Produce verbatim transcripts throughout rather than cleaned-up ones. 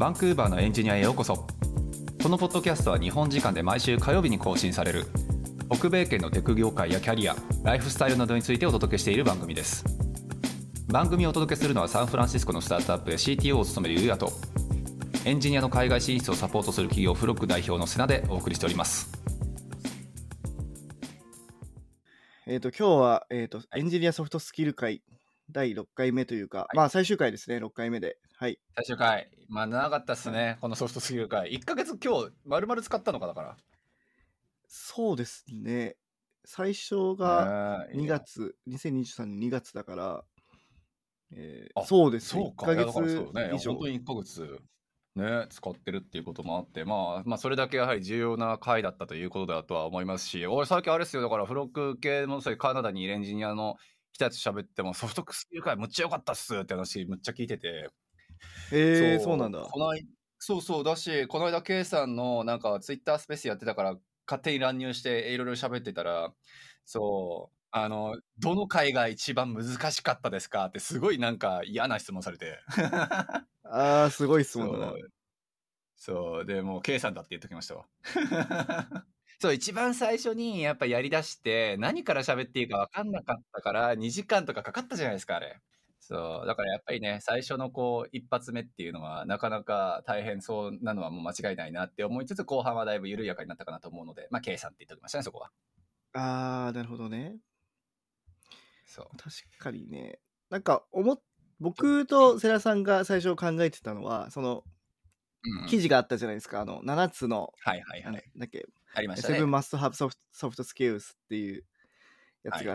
バンクーバーのエンジニアへようこそ。このポッドキャストは日本時間で毎週火曜日に更新される北米圏のテク業界やキャリア、ライフスタイルなどについてお届けしている番組です。番組をお届けするのはサンフランシスコのスタートアップで シーティーオー を務めるユウヤと、エンジニアの海外進出をサポートする企業フロック代表のセナでお送りしております。 えー、と今日は、えーとはいエンジニアソフトスキル会だいろっかいめというか、 いまあ最終回ですね。ろっかいめで、はい。 最終回、まあ長かったっすね、このソフトスキル回。いっかげつ今日丸々使ったのかだかそうですね。最初がら。ねえにがつ、にせんにじゅうさんねんにがつだから、えーあ、 そうですね。1 そうか。 ヶいやだからそ月うね、 以上。 本当にいっかげつね、使ってるっていうこともあって、まあ、まあ、それだけやはり重要な回だったということだとは思いますし、俺、最近あれですよ、だからフロック系もそういうカナダにいるエンジニアの人たち喋っても、ソフトスキル回むっちゃ良かったっすって話、むっちゃ聞いてて、 えー、そうそう、 なんだ。 この間、そうそうだし、この間、K さんのなんかツイッタースペースやってたから、勝手に乱入していろいろ喋ってたら、そう、あの、どの回が一番難しかったですかってすごいなんか嫌な質問されて。 あー、すごい質問だな。 そう、そう、でもう K さんだって言っときましたわ。そう、一番最初にやっぱやりだして、何から喋っていいか分かんなかったから、にじかんとかかかったじゃないですか、あれ。そう、だからやっぱりね、最初のこう、一発目っていうのは、なかなか大変そうなのはもう間違いないなって思いつつ、後半はだいぶ緩やかになったかなと思うので、まあ、K さんって言っときましたね、そこは。 あー、なるほどね。 そう。 確かにね。なんか思っ僕と世良さんが最初考えてたのは、そのうんうん。 記事があったじゃないですか。あのななつのはいはいなんはい。 だっけ、 ありましたセブンね。 マストハブソフトソフトスキルスっていうやはい。 つがあって、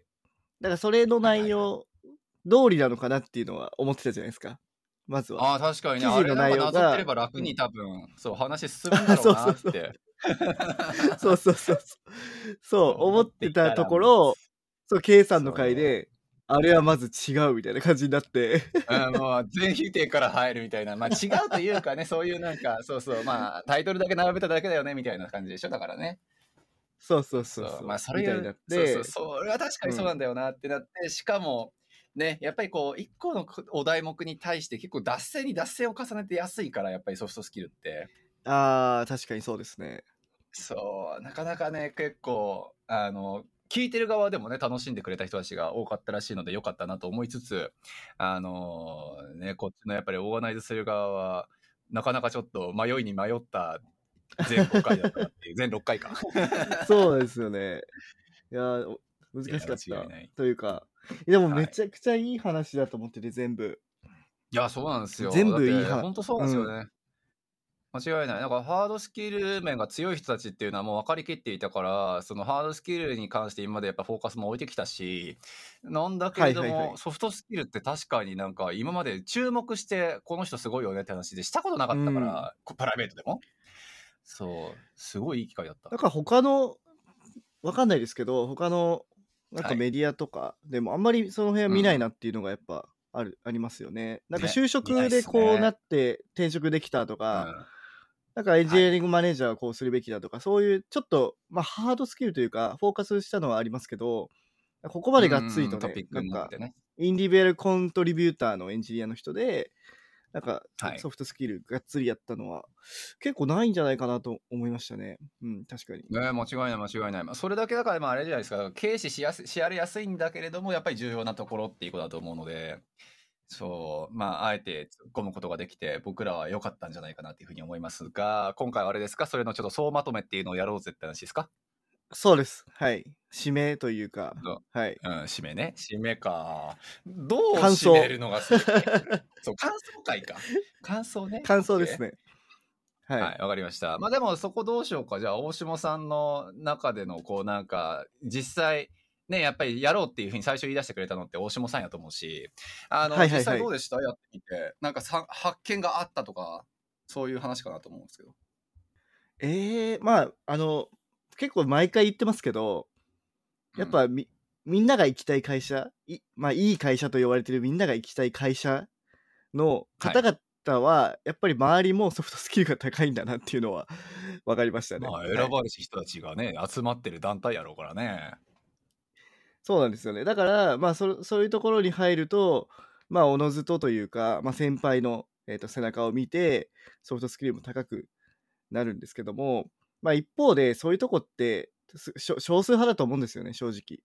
だからそれのはいはいはい。 内容通りなのかなっていうのは思ってたじゃないですか。まずはああ、確かにね、 記事のあれなんか内容が、 なぞってれば楽うん、 に多分、そう、話進むんだろうそうそうそうなって。 そうそうそうそうそう思っ思っててたといたら、 ころ、そう K さんの回そう。 であれはまず違うみたいな感じになってうん、もう全否定から入るみたいな、まあ違うというかね、そういうなんか、そうそう、まあタイトルだけ並べただけだよねみたいな感じでしょ、だからね。 そうそうそそうそう、 うそうまあそれ言う、 みたいになっそうそう、 て、 それは確かうん、 にそうなんだよなってなって、しかも、ね、やっぱりこう、一個のお題目に対して結構脱線に脱線を重ねてやすいから、やっぱりソフトスキルって。 あー確かにそうですね。 そう、なかなかね、結構、あの、聞いてる側でもね、楽しんでくれた人たちが多かったらしいので、よかったなと思いつつ、あのね、こっちのやっぱりオーガナイズする側は、なかなかちょっと迷いに迷った全ごかいだったなっていう、全ろっかいか。 そうですよね。いやお難いや、 しかった間違いない。 というか、でもはい。 めちゃくちゃいい話だと思ってて、全部いや、そうなんですよ。 全だって、 部いい話。 本当そうなんうんですよね。間違いない。なんかハードスキル面が強い人たちっていうのはもう分かりきっていたから、そのハードスキルに関して今までやっぱフォーカスも置いてきたし、なんだけはれども、 いはいはい。 ソフトスキルって確かになんか今まで注目して、この人すごいよねって話でしたことなかったかうんら、こプライベートでも。そう、すごいいい機会だった。 なんか他のわかんないですけど、他のなんはい。 かメディアとかでもあんまりその辺はうんうん。 見ないなっていうのがやっぱあるありますよね。なんかね、 就見ないっ職ですね。 こうなって転職できたとうか、 ん。 なんかエンジはい。 ニアリングマネージャーはこうするべきだとか、そういうちょっとまあハードスキルというかフォーカスしたのはありますけど、ここまうんでがっつうんうん、 りとね、 トピックなんかになっててね。 インディビュアルコントリビューターのエンジニアの人で、なんかはい。 ソフトスキルがっつりやったのは結構ないんじゃないかなと思いましたね。うん、確かに。 ね、間違いない間違いない。まあ、それだけだから、まあ、あれじゃないですか、軽視しやすしやりやすいんだけれども、やっぱり重要なところっていうことだと思うので、そう、まあ、あえて突っ込むことができて、僕らは良かったんじゃないかなっていうふうに思いますが、今回はあれですか、それのちょっと総まとめっていうのをやろうぜって話ですか？ そうです。はい。締めというか、 どはい。 うん、締めね。締めか。どう感締め想。 るのが好き？そう、感想会か。感想ね。 感オッケー。 想ですね。はい。 はい、わかりました。まあでもそこどうしようか。じゃあ大下さんの中でのこうなんか実際ね、やっぱりやろうっていうふうに最初言い出してくれたのって大下さんやと思うし、あの実はいはいはい。 際どうでした？やってみて。なんかさ発見があったとか、そういう話かなと思うんですけど。 えー、まあ、あの、結構毎回言ってますけど、 うん。 やっぱみ、みんなが行きたい会社、いまあ、いい会社と言われてるみんなが行きたい会社の方はい。 々は、やっぱり周りもソフトスキルが高いんだなっていうのは分かりましたね。 まあはい。 選ばれし人たちがね、集まってる団体やろうからね。 そうなんですよね。だから、まあそ、そういうところに入ると、まあ、おのずとというか、まあ、先輩のえーと、背中を見て、ソフトスキルも高くなるんですけども、まあ一方でそういうとこって、少数派だと思うんですよね、正直。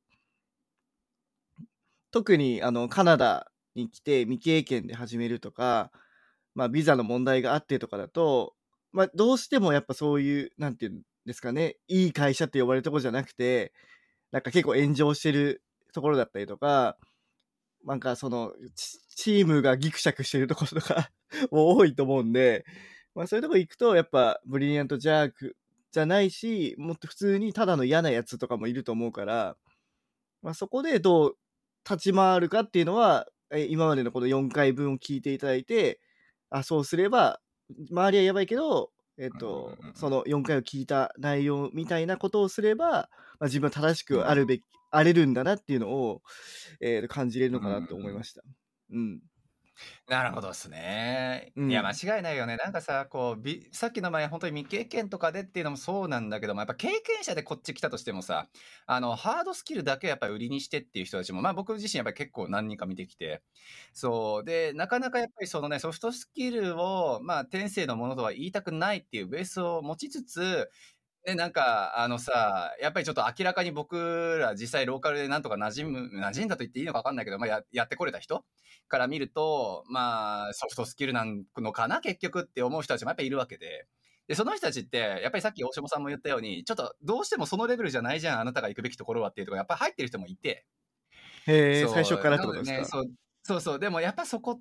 特にあのカナダに来て未経験で始めるとか、まあビザの問題があってとかだと、まあどうしてもやっぱそういう、なんていうんですかね、いい会社って呼ばれるところじゃなくて、なんか結構炎上してるところだったりとか、なんかそのチームがギクシャクしてるところとかも多いと思うんで、まあそういうとこ行くとやっぱブリリアントジャークじゃないし、もっと普通にただの嫌なやつとかもいると思うから、まあ、そこでどう立ち回るかっていうのは、え今までのこのよんかいぶんを聞いていただいて、あ、そうすれば、周りはやばいけど、えっと、そのよんかいを聞いた内容みたいなことをすれば、まあ、自分は正しくあるべき、あれるんだなっていうのを、えー感じれるのかなと思いました。うん。 なるほどですね。いや、 うん。 間違いないよね。なんかさ、こう、びさっきの前、本当に未経験とかでっていうのもそうなんだけども、やっぱ経験者でこっち来たとしてもさ、あの、ハードスキルだけやっぱり売りにしてっていう人たちも、まあ僕自身やっぱり結構何人か見てきて、そう。で、なかなかやっぱりそのね、ソフトスキルを、まあ天性のものとは言いたくないっていうベースを持ちつつ、で、なんか、あのさ、やっぱりちょっと明らかに僕ら実際ローカルでなんとか馴染む、馴染んだと言っていいのか分かんないけど、まあや、やってこれた人から見ると、まあ、ソフトスキルなのかな、結局って思う人たちもやっぱりいるわけで。で、その人たちって、やっぱりさっき大下さんも言ったように、ちょっとどうしてもそのレベルじゃないじゃん、あなたが行くべきところはっていうところやっぱり入ってる人もいて、 へえ、最初そう、 からっなのでね、 てことですか？ そう、そうそう、でもやっぱそこって、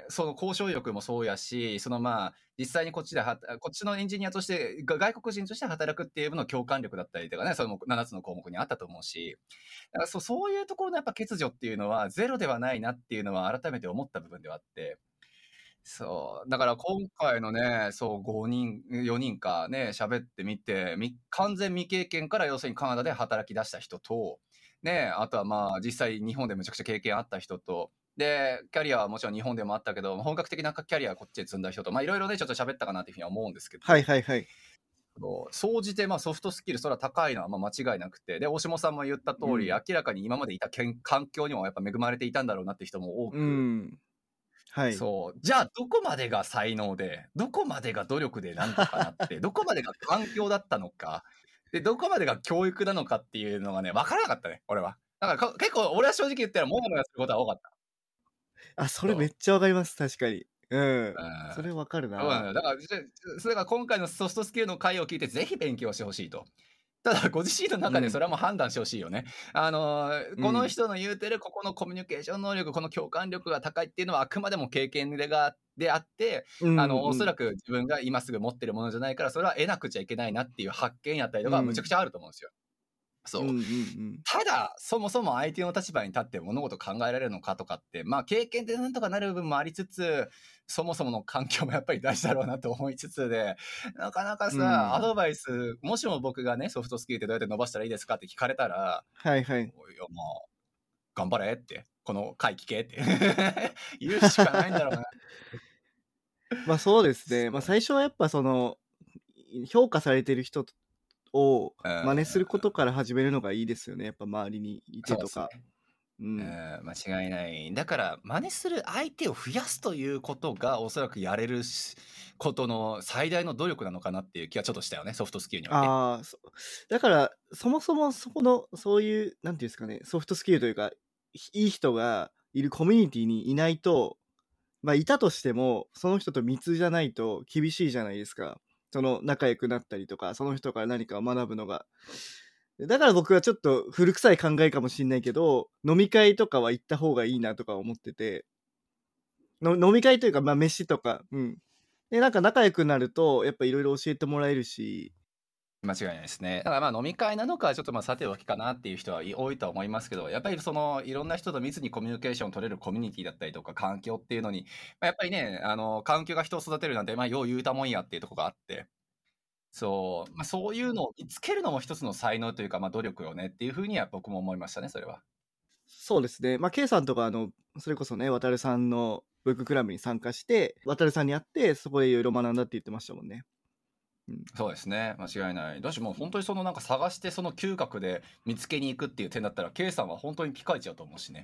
その交渉力もそうやし、そのまあ、実際にこっちでは、こっちのエンジニアとして、が外国人として働くっていうのの共感力だったりとかね、そのななつの項目にあったと思うし、だからそうそういうところのやっぱ欠如っていうのはゼロではないなっていうのは改めて思った部分ではあって、そう。だから今回のね、そう、ごにん、よにんかね、喋ってみて、み完全未経験から要するにカナダで働き出した人と、ね、あとはまあ実際日本でむちゃくちゃ経験あった人と、で、キャリアはもちろん日本でもあったけど、本格的なキャリアはこっちで積んだ人と、まあいろいろね、ちょっと喋ったかなっていうふうには思うんですけど、 はいはいはい。 総じてまあソフトスキル、それは高いのはまあ間違いなくて、で、大下さんも言った通り、 うん。 明らかに今までいたけん環境にもやっぱ恵まれていたんだろうなって人も多うく、 ん。はい。 そう。じゃあ、どこまでが才能で、どこまでが努力でなんとかなって、どこまでが環境だったのか、で、どこまでが教育なのかっていうのがね、分からなかったね、俺は。だからか結構、俺は正直言ったら、もやもやすることは多かった。 あ、それめっそう。 ちゃわかります、確かに。うん。 うん。 それわかるな。 そうなのよ。だから、じゃそれが今回のソフトスキルの回を聞いて、ぜひ勉強してほしいと。ただ、ご自身の中でそうん。 れはもう判断してほしいよね。あの、このうん。 人の言うてるここのコミュニケーション能力、この共感力が高いっていうのはあくまでも経験でがであって、 うんあの、おそうん。 らく自分が今すぐ持ってるものじゃないから、それは得なくちゃいけないなっていう発見やったりとかはむちゃくうん。 ちゃあると思うんですよ。 うんうんうそう。 ん。 ただ、そもそも相手の立場に立って物事考えられるのかとかって、まあ経験でなんとかなる部分もありつつ、そもそもの環境もやっぱり大事だろうなと思いつつで、なかなかうさ、アん。 ドバイス、もしも僕がね、ソフトスキルってどうやって伸ばしたらいいですかって聞かれたら、 はいはい。 いや、まあ、頑張れって、この回聞けって言うしかないんだろうな。 まあそうですね。まあそう。 最初はやっぱその、評価されてる人をうん、 真似することから始めるのがいいですよね。やっぱ周りにいそうですね。 てとか。ううん。 ん、間違いない。だから、真似する相手を増やすということが、おそらくやれるしことの最大の努力なのかなっていう気はちょっとしたよね、ソフトスキルにおいて。 ああ、そだからそもそもそこの、そういう、なんていうんですかね、ソフトスキルというか、いい人がいるコミュニティにいないと、まあいたとしても、その人と密じゃないと厳しいじゃないですか。その仲良くなったりとか、その人から何かを学ぶのが。だから僕はちょっと古臭い考えかもしんないけど、飲み会とかは行った方がいいなとか思ってて、の飲み会というか、まあ飯とか、うん。で、なんか仲良くなると、やっぱいろいろ教えてもらえるし、 間違いないですね。だからまあ飲み会なのか、ちょっとまあさておきかなっていう人は多いとは思いますけど、やっぱりそのいろんな人と密にコミュニケーションを取れるコミュニティだったりとか環境っていうのに、まあ、やっぱりね、あの、環境が人を育てるなんて、まあよう言うたもんやっていうところがあって、そう、まあそういうのを見つけるのも一つの才能というか、まあ努力よねっていうふうには僕も思いましたね、それは。 そうですね。まあ、K さんとか、あの、それこそね、渡さんのブッククラブに参加して、渡さんに会って、そこでいろいろ学んだって言ってましたもんね。うん。 そうですね。間違いない。だしもう本当にそのなんか探してその嗅覚で見つけに行くっていう点だったら、K さんは本当にピカイチだと思うしね。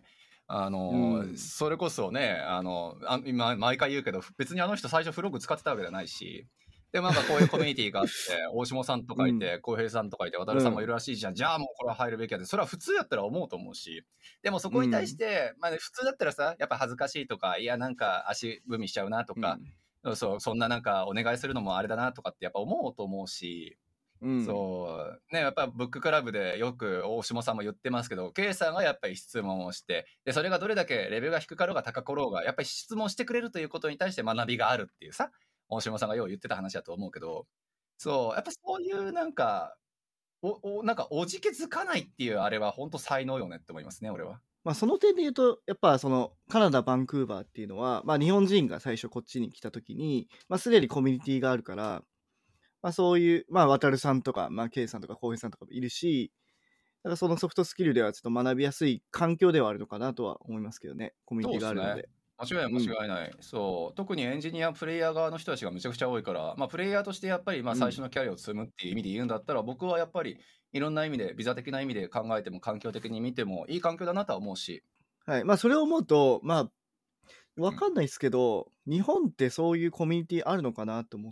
あうの、 ん。 それこそね、あの、あ今、毎回言うけど、別にあの人最初フログ使ってたわけじゃないし、でもなんかこういうコミュニティがあって、大下さんとかいて、浩平さんとかいて、渡さんもいるらしいじゃん。じゃあもうこれは入るべきやで。それは普通やったら思うと思うし。でもそこに対して、まあ普通だったらさ、やっぱ恥ずかしいとか、いやなんか足踏みしちゃうなとか、そう、そんななんかお願いするのもあれだなとかってやっぱ思うと思うし、 うん。 そうね、やっぱブッククラブでよく大下さんも言ってますけど、K さんがやっぱり質問をして、でそれがどれだけレベルが低かろうが高かろうが、やっぱり質問してくれるということに対して学びがあるっていうさ、大下さんがよう言ってた話だと思うけど、そうやっぱそういうなんかおおなんかおじけづかないっていうあれは本当才能よねって思いますね、俺は。 まあその点で言うと、やっぱそのカナダ・バンクーバーっていうのは、まあ日本人が最初こっちに来た時に、まあすでにコミュニティがあるから、まあそういう、まあ渡るさんとか、まあ K さんとか浩平さんとかもいるし、だからそのソフトスキルではちょっと学びやすい環境ではあるのかなとは思いますけどね、コミュニティがあるので。 間違いない間違いない、うん、そう特にエンジニアプレイヤー側の人たちがめちゃくちゃ多いから、まあ、プレイヤーとしてやっぱりまあ最初のキャリアを積むっていう意味で言うんだったら、うん、僕はやっぱりいろんな意味でビザ的な意味で考えても環境的に見てもいい環境だなとは思うし、 はい、まあそれを思うとまあわかんないですけど、うん、日本ってそういうコミュニティあるのかなと思って、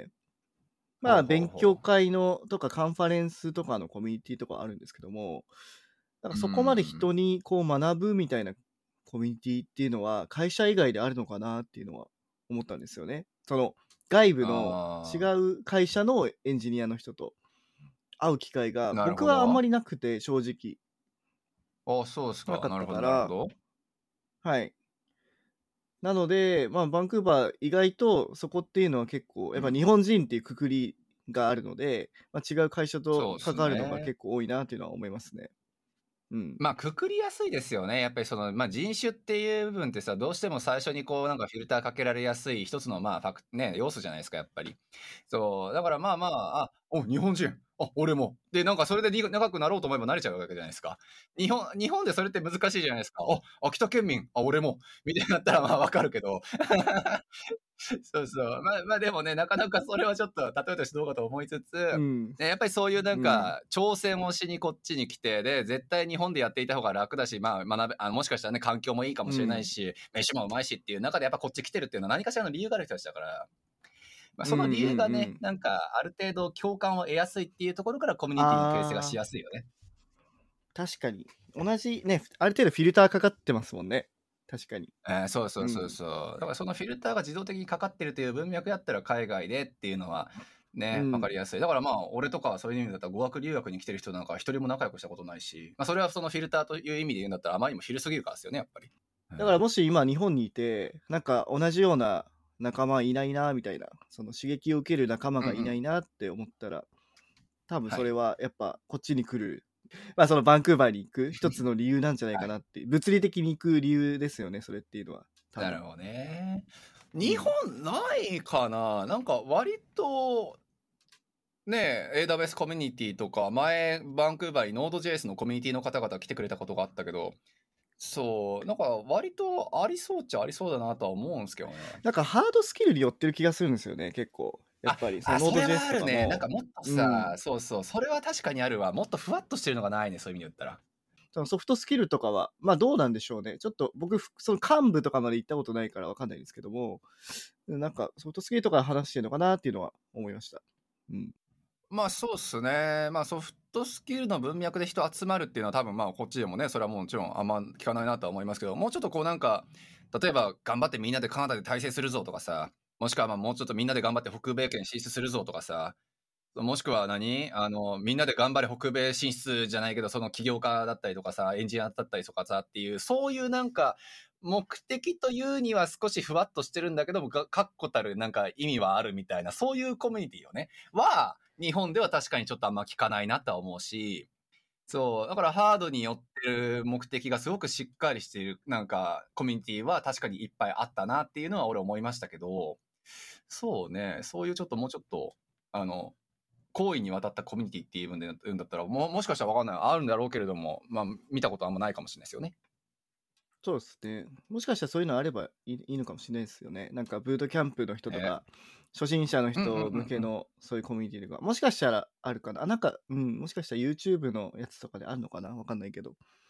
まあ勉強会のとかカンファレンスとかのコミュニティとかあるんですけども、なんかそこまで人にこう学ぶみたいなコミュニティっていうのは会社以外であるのかなっていうのは思ったんですよね。その外部の違う会社のエンジニアの人と会う機会が僕はあんまりなくて、正直。 あ、そうですか。 なかったから、はい。なので、まあ、バンクーバー意外とそこっていうのは結構やっぱ日本人っていうくくりがあるので、まあ、違う会社と関わるのが結構多いなっていうのは思いますね。うん、 まあくくりやすいですよね。やっぱりその、まあ、人種っていう部分ってさ、どうしても最初にこうなんかフィルターかけられやすい一つのまあファクね要素じゃないですか、やっぱり。そうだからまあまあ、あお日本人、あ俺もでなんかそれで長くなろうと思えば慣れちゃうわけじゃないですか。日本日本でそれって難しいじゃないですか。あ秋田県民、あ俺もみたいになったらまあわかるけど。そうそう。まあ、まあでもね、なかなかそれはちょっと、例えとしてどうかと思いつつ、 うんね、やっぱりそういうなんか、挑戦をしにこっちに来て、で、絶対日本でやっていた方が楽だし、まあ学べ、あもしかしたらね、環境もいいかもしれないし、うん、飯もうまいしっていう中でやっぱこっち来てるっていうのは何かしらの理由がある人たちだから、まあ、その理由がね、うんうんうん、なんかある程度共感を得やすいっていうところからコミュニティの形成がしやすいよね。 確かに。同じね、ある程度フィルターかかってますもんね。確かに。 えー、そうそうそうそう、うん、だからそのフィルターが自動的にかかってるという文脈やったら海外でっていうのはね、分かりやすい。だからまあ俺とかそういう意味だったら語学留学に来てる人なんか一人も仲良くしたことないし、まあ、それはそのフィルターという意味で言うんだったらあまりにも広すぎるからですよね、やっぱり。 だからもし今日本にいてなんか同じような仲間いないなみたいな、その刺激を受ける仲間がいないなって思ったら、うんうん、多分それはやっぱこっちに来る、はい、まあそのバンクーバーに行く一つの理由なんじゃないかなって、はい、物理的に行く理由ですよね、それっていうのは。 なるほどね。日本ないかな、うん、なんか割とねえ エーダブリューエス コミュニティとか前バンクーバーに ノードジェイエス のコミュニティの方々来てくれたことがあったけど、そうなんか割とありそうっちゃありそうだなとは思うんですけどね。 なんかハードスキルに寄ってる気がするんですよね、結構。やっぱりそのノードジェイエスとかも。あ、それはあるね。なんかもっとさ、うん、そうそう、それは確かにあるわ。もっとふわっとしてるのがないね、そういう意味で言ったら。 そのソフトスキルとかは、まあどうなんでしょうね。ちょっと僕、その幹部とかまで行ったことないから分かんないんですけども、なんかソフトスキルとか話してるのかなっていうのは思いました。うん、 まあそうっすね。まあソフトスキルの文脈で人集まるっていうのは多分まあこっちでもね、それはもちろんあんま聞かないなとは思いますけど、もうちょっとこうなんか、例えば頑張ってみんなでカナダで大成するぞとかさ、もしくはまあもうちょっとみんなで頑張って北米圏進出するぞとかさ、もしくは何あのみんなで頑張れ北米進出じゃないけど、その起業家だったりとかさ、エンジニアだったりとかさっていう、そういうなんか目的というには少しふわっとしてるんだけども、確固たるなんか意味はあるみたいな、そういうコミュニティよねは日本では確かにちょっとあんま聞かないなとは思うし、そうだからハードによってる目的がすごくしっかりしているなんかコミュニティは確かにいっぱいあったなっていうのは俺思いましたけど、そうね、そういうちょっともうちょっとあの広位にわたったコミュニティっていう部分で言うんだったら も, もしかしたら分かんない、あるんだろうけれども、まあ見たことあんまないかもしれないですよね。 そうですね。もしかしたらそういうのあればいい、いいのかもしれないですよね。なんかブートキャンプの人とか、えー、初心者の人向けのそういうコミュニティとか、もしかしたらあるかな。あ、なんか、うん、もしかしたら YouTube のやつとかであるのかな、わかんないけど。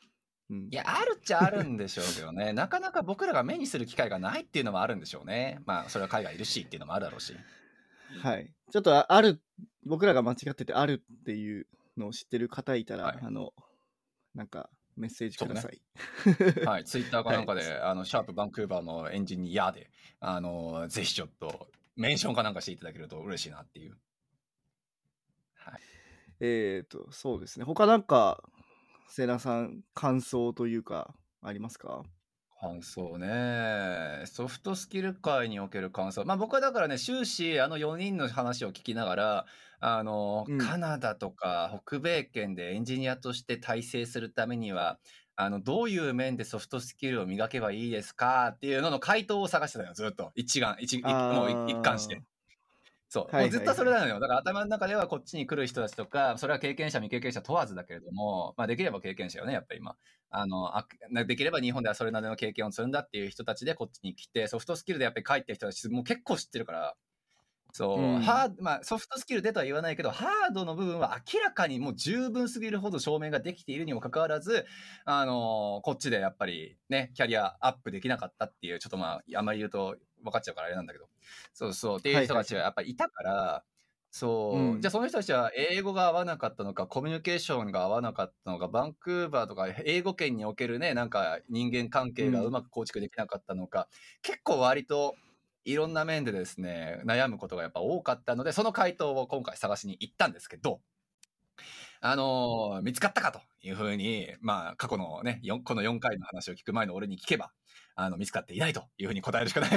うん、 いや、あるっちゃあるんでしょうけどね。なかなか僕らが目にする機会がないっていうのもあるんでしょうね。まあ、それは海外いるしっていうのもあるだろうし。 はい。ちょっとあある、僕らが間違っててあるっていうのを知ってる方いたら、 はい。 あの、なんかメッセージそうね。 ください。 はい。ツイッターかはい。 なんかで、あの、シャープバンクーバーのエンジニアで、あの、ぜひちょっと、メンションかなんかしていただけると嬉しいなっていう。はい。 えっと、そうですね。他なんか、セナさん、感想というか、ありますか？ 感想ね。ソフトスキル界における感想。まあ僕はだからね、終始あのよにんの話を聞きながら、あの、 うん。 カナダとか北米圏でエンジニアとして大成するためには、あの、どういう面でソフトスキルを磨けばいいですかっていうのの回答を探してたよ、ずっと。一眼、一、一もう一貫して。 あそう。 あ、 もうずっはいはいはい。 とそれなのよ。だから頭の中ではこっちに来る人たちとか、それは経験者、未経験者問わずだけれども、まあできれば経験者よね、やっぱり今。あの、あできれば日本ではそれなりの経験を積んだっていう人たちでこっちに来て、ソフトスキルでやっぱり帰ってる人たちもう結構知ってるから、 うそう、 ん。 ハード、まあソフトスキルでとは言わないけど、ハードの部分は明らかにもう十分すぎるほど証明ができているにもかかわらず、あのこっちでやっぱりね、キャリアアップできなかったっていう、ちょっとまあ、あんまり言うと分かっちゃうからあれなんだけど、そうそうっていう人たちはいはいはい。 はやっぱりいたから、そう、じゃあうん。 その人たちは英語が合わなかったのか、コミュニケーションが合わなかったのか、バンクーバーとか英語圏におけるね、なんか人間関係がううん。 まく構築できなかったのか、結構割といろんな面でですね、悩むことがやっぱ多かったので、その回答を今回探しに行ったんですけど、あのー見つかったかというふうに、まあ、過去のね、よんこのよんかいの話を聞く前の俺に聞けば、あの、見つかっていないというふうに答えるしかない。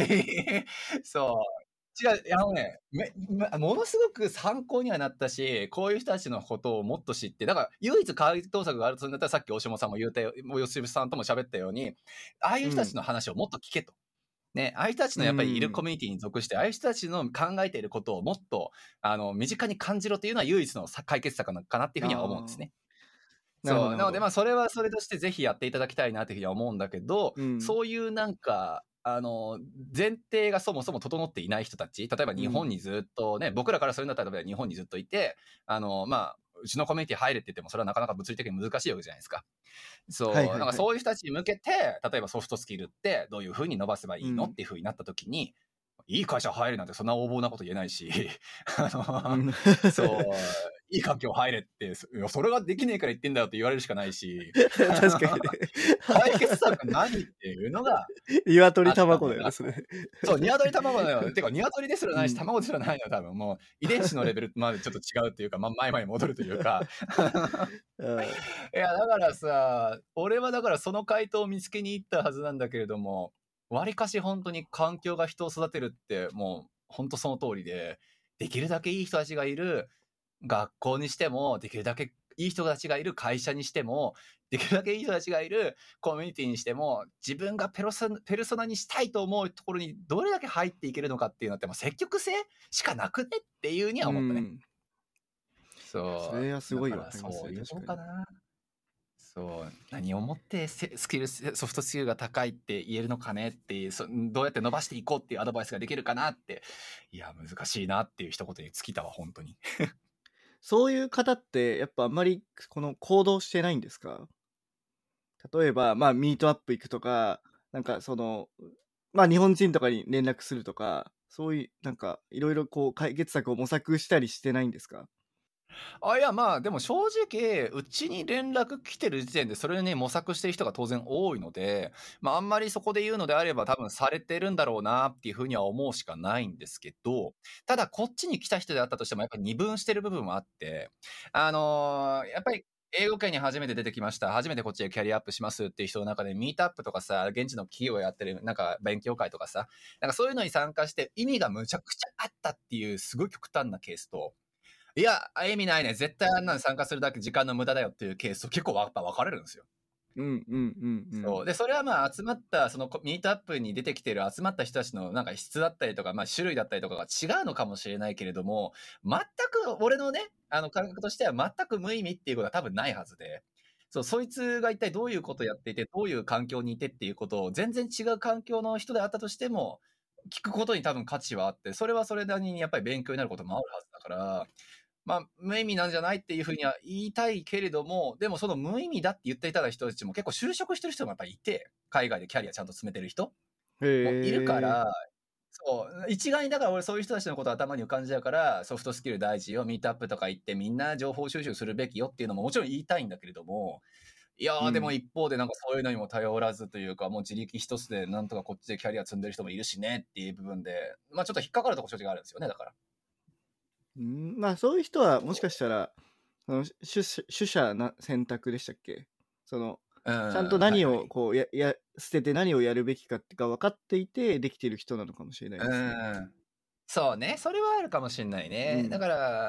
そう。違う、あのね、め、めものすごく参考にはなったし、こういう人たちのことをもっと知って、だから唯一回答策があるとするんだったら、さっき大島さんも言うたよ、もう吉さんとも喋ったように、ああいう人たちうん。 の話をもっと聞けと。ね、ああいう人たちうのやっぱりいるコん。 ミュニティに属して、ああいう人たちの考えていることをもっと、あの、身近に感じろというのは唯一のさ解決策なのかなっていうふうには思うんですああ、 ね。そう。 なるほどなるほど。 なので、まあ、それはそれとしてぜひやっていただきたいなというふうには思うんだけど、 うん。 そういうなんか、あの、前提がそもそも整っていない人たち、例えば日本うん。 にずっとね、僕らからそういうんだったら、例えば日本にずっといて、あの、まあ、うちのコミュニティ入れって言っても、それはなかなか物理的に難しいわけじゃないですか。そう、なんかはいはいはい。 そういう人たちに向けて、例えばソフトスキルってどういうふうに伸ばせばいいのっうん。 ていうふうになった時に、いい会社入るなんてそんな横暴なこと言えないし、あの、 うん。 そう、いい環境入れって、そいやそれができねえから言ってんだよって言われるしかないし、あ確かにね。 の解決策何っていうのが鶏あったのよ。 卵だよね、 だからそれ。 そう、鶏卵だよ。てか鶏ですらないし、 うん。 卵ですらないのよ、多分。もう遺伝子のレベルまでちょっと違うっていうか、ま、前々に戻るというか。 ああ。 いや、だからさ、俺はだからその回答を見つけに行ったはずなんだけれども、わりかし本当に環境が人を育てるって、もう本当その通りで、できるだけいい人たちがいる学校にしても、できるだけいい人たちがいる会社にしても、できるだけいい人たちがいるコミュニティにしても、自分がペロソペルソナにしたいと思うところにどれだけ入っていけるのかっていうのって、もう積極性しかなくねっていうにはう思ったね。 ん。そそれはすう。だごいからわかりますね、 そういうと確かに。 こかな。そう、何をもってせスキルソフトスキルが高いって言えるのかねっていう、そどうやって伸ばしていこうっていうアドバイスができるかなって、いや、難しいなっていう一言に尽きたわ、本当に。 そういう方ってやっぱあんまりこの行動してないんですか？例えば、まあ、ミートアップ行くとか、なんかその、まあ、日本人とかに連絡するとか、そういうなんかいろいろこう解決策を模索したりしてないんですか？ あ、いや、まあ、でも正直、うちに連絡来てる時点で、それに模索してる人が当然多いので、まあ、あんまりそこで言うのであれば、多分されてるんだろうなっていうふうには思うしかないんですけど、ただこっちに来た人であったとしても、やっぱり二分してる部分はあって、あのーやっぱり英語圏に初めて出てきました。初めてこっちでキャリアアップしますっていう人の中で、ミートアップとかさ、現地の企業やってる、なんか勉強会とかさ、なんかそういうのに参加して意味がむちゃくちゃあったっていう、すごい極端なケースと、いや、意味ないね。絶対あんなの参加するだけ時間の無駄だよっていうケースと結構やっぱ分かれるんですよ。 うんうんうんうん。 そう。で、それはまあ集まった、そのミートアップに出てきてる集まった人たちのなんか質だったりとか、まあ種類だったりとかが違うのかもしれないけれども、全く俺のね、あの感覚としては全く無意味っていうことは多分ないはずで、そう、そいつが一体どういうことをやっていて、どういう環境にいてっていうことを全然違う環境の人であったとしても、聞くことに多分価値はあって、それはそれなりにやっぱり勉強になることもあるはずだから、 まあ、無意味なんじゃないっていうふうには言いたいけれども、でもその無意味だって言っていただ人たちも結構就職してる人もやっぱりいて、海外でキャリアちゃんと進めてる人もいるかへえ。 ら、そう、一概にだから俺そういう人たちのこと頭に浮かんじゃうから、ソフトスキル大事よ、ミートアップとか行ってみんな情報収集するべきよっていうのももちろん言いたいんだけれども、いやーでもうん。 一方でなんかそういうのにも頼らずというか、もう自力一つでなんとかこっちでキャリア積んでる人もいるしねっていう部分で、まあちょっと引っかかるとこ正直あるんですよね、だから。 うん、まあそういう人はもしかしたら、その取捨取捨な選択でしたっけ？その、 うん、 ちゃんとはい何はい。 をこうやや捨てて何をやるべきかってか分かっていてできてる人なのかもしれないうですね。 ん。そうね、それはあるかもしれないね。だうん。 から、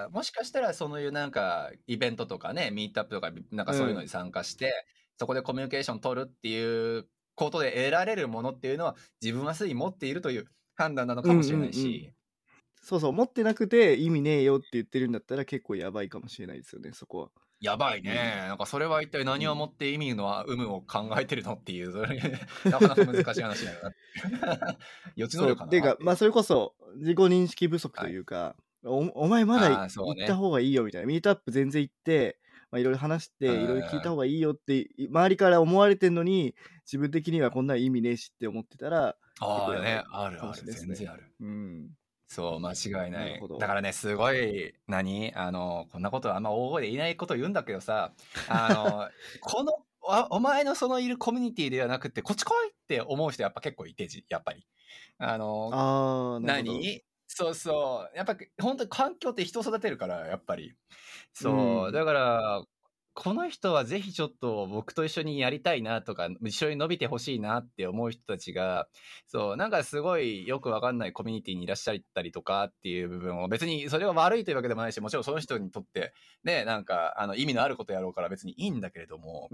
もしかしたらそういうなんかイベントとかね、ミートアップとかなんかうん。 そういうのに参加して、そこでコミュニケーション取るっていうことで得られるものっていうのは、自分はすでに持っているという判断なのうんうんかもしれないうん。 し、 そうそう、持ってなくて意味ねえよって言ってるんだったら結構やばいかもしれないですよね、そこは。 やばいうん。 ね。なんかそれは一体何をうん。 もって意味の有無を考えてるのっていう、それなかなか難しい話だよな。予知能そう、 力かてか、ま、 なっていう。 それこそ自己認識不足とはい。 いうか、おお前まだああ、そうね。 行った方がいいよみたいな、ミートアップ全然行って、ま、いろいろ話しうて、いろいろ聞いたん。 方がいいよって、い周りから思われてんのに、自分的にはこんなん意味ねえしって思ってたら、結構ああね、 やばいかもあるある、 しれないですね。 全然ある。 うん、 そう、間違いない。 なるほど。 だからね、すごい、何あの、こんなことはあんま大声で言えないことを言うんだけどさ、あの、この、おお前のそのいるコミュニティではなくて、こっち来いって思う人やっぱ結構いて、じやっぱり。あの、 ああ、なるほど。 何そうそう。やっぱ本当に環境って人を育てるから、やっぱり。 うそう。 ん。 だから、この人はぜひちょっと僕と一緒にやりたいなとか、一緒に伸びてほしいなって思う人たちが、そう、なんかすごいよくわかんないコミュニティにいらっしゃったりとかっていう部分を、別にそれが悪いというわけでもないし、もちろんその人にとって、ね、なんかあの意味のあることやろうから別にいいんだけれども、 うん。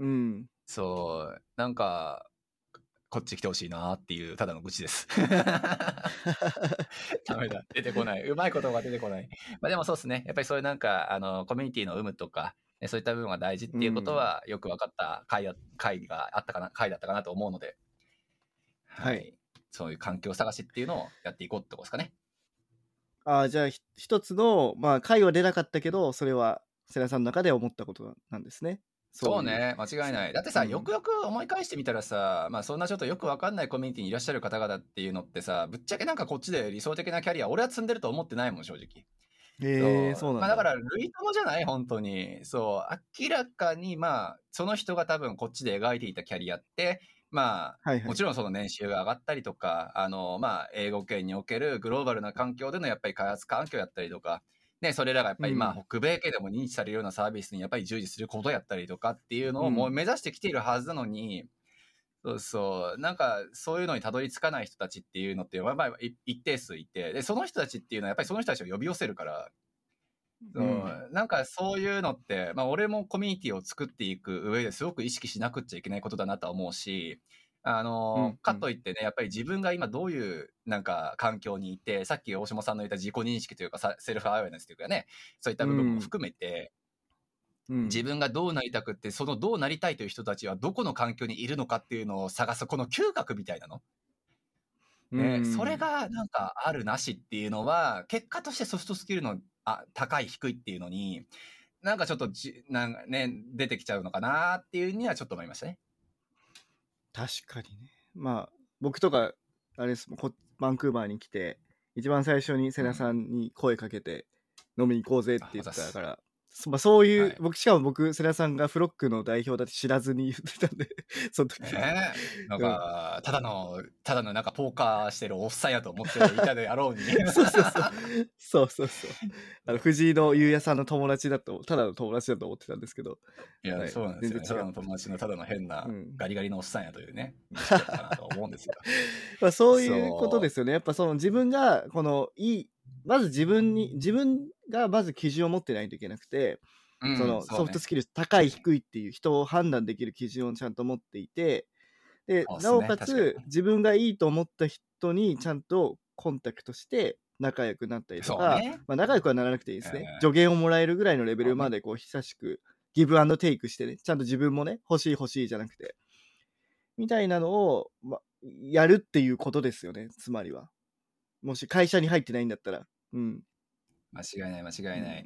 そう、なんか、こっち来てほしいなっていう、ただの愚痴です。ダメだ。出てこない。うまい言葉が出てこない。まあでもそうですね。やっぱりそういうなんか、あの、コミュニティの有無とか、ねそういった部分が大事っうていうことん。 はよく分かった回だ回があったかな、回だったかなと思うので、 はい。 はい。そういう環境探しっていうのをやっていこうってことですかね。 ああ、じゃあ、ひ一つの、まあ、回は出なかったけど、それは世良さんの中で思ったことなんですね。そういう、 そうね、間違いない。だってさ、ようん。 くよく思い返してみたらさ、まあそんなちょっとよくわかんないコミュニティにいらっしゃる方々っていうのってさ、ぶっちゃけなんかこっちで理想的なキャリア、俺は積んでると思ってないもん、正直。 へえ、 そう。 そうなんだ。 まあだから、類友じゃない本当に。そう。明らかに、まあ、その人が多分こっちで描いていたキャリアって、まあ、 はいはい。 もちろんその年収が上がったりとか、あの、まあ、英語圏におけるグローバルな環境でのやっぱり開発環境やったりとか、ね、それらがやっぱりまうん。 あ、北米系でも認知されるようなサービスにやっぱり従事することやったりとかっていうのをもううん。 目指してきているはずなのに、そうそう。なんか、そういうのにたどり着かない人たちっていうのって、まあ、まあい一定数いて、で、その人たちっていうのはやっぱりその人たちを呼び寄せるから、そうん。 う、なんかそういうのって、まあ俺もコミュニティを作っていく上ですごく意識しなくっちゃいけないことだなとは思うし、あの、 うん。うん。 かといってね、やっぱり自分が今どういうなんか環境にいて、さっき大下さんの言った自己認識というかさセルフアウェアネスというかね、そういった部分もうん。 含めて、 うん。 自分がどうなりたくって、そのどうなりたいという人たちはどこの環境にいるのかっていうのを探す、この嗅覚みたいなの。 うね、それん。 がなんかあるなしっていうのは、結果としてソフトスキルのあ高い低いっていうのに、なんかちょっとじなんかね、出てきちゃうのかなっていうにはちょっと思いましたね。 確かにね。まあ、僕とか、あれですもん、こバンクーバーに来て、一番最初に世良うん。 さんに声かけて、飲みに行こうぜってあ、 言っあざっす。 たから、そまあ、そういう、 はい。 僕、しかも僕、世良さんがフロックの代表だって知らずに言ってたんで、その時。 ねえ。なんうん。 か、ただのただのなんかポーカーしてるおっさんやと思っていたであろうに。 そうそうそう。そうそうそう。あの、藤井の優也さんの友達だと、ただの友達だと思ってたんですけど、 いや、 はい、 そうなんですよね。た全然違った。 だの友達のただの変なうん。 ガリガリのおっさんやというね、認識やったかなとは思うんですよ。 まあ、そういうことでそすよね。やっぱその自分がこのいい、まず自分に自分がまず基準を持ってないといけなくて、 う。うん、 そのそうね。 ソフトスキル高い低いっていう人を判断できる基準をちゃんと持っていて、でなおそうっすね、確かに。 かつ自分がいいと思った人にちゃんとコンタクトして仲良くなったりとか、 そうね。 まあ、仲良くはならなくていいですね。 うん、 助言をもらえるぐらいのレベそうね。 ルまでこう久しくギブアンドテイクしてね、ちゃんと自分もね、欲しい欲しいじゃなくてみたいなのを、ま、やるっていうことですよね、つまりは。もし会社に入ってないんだったら。うん。 間違いない間違いない。 うん。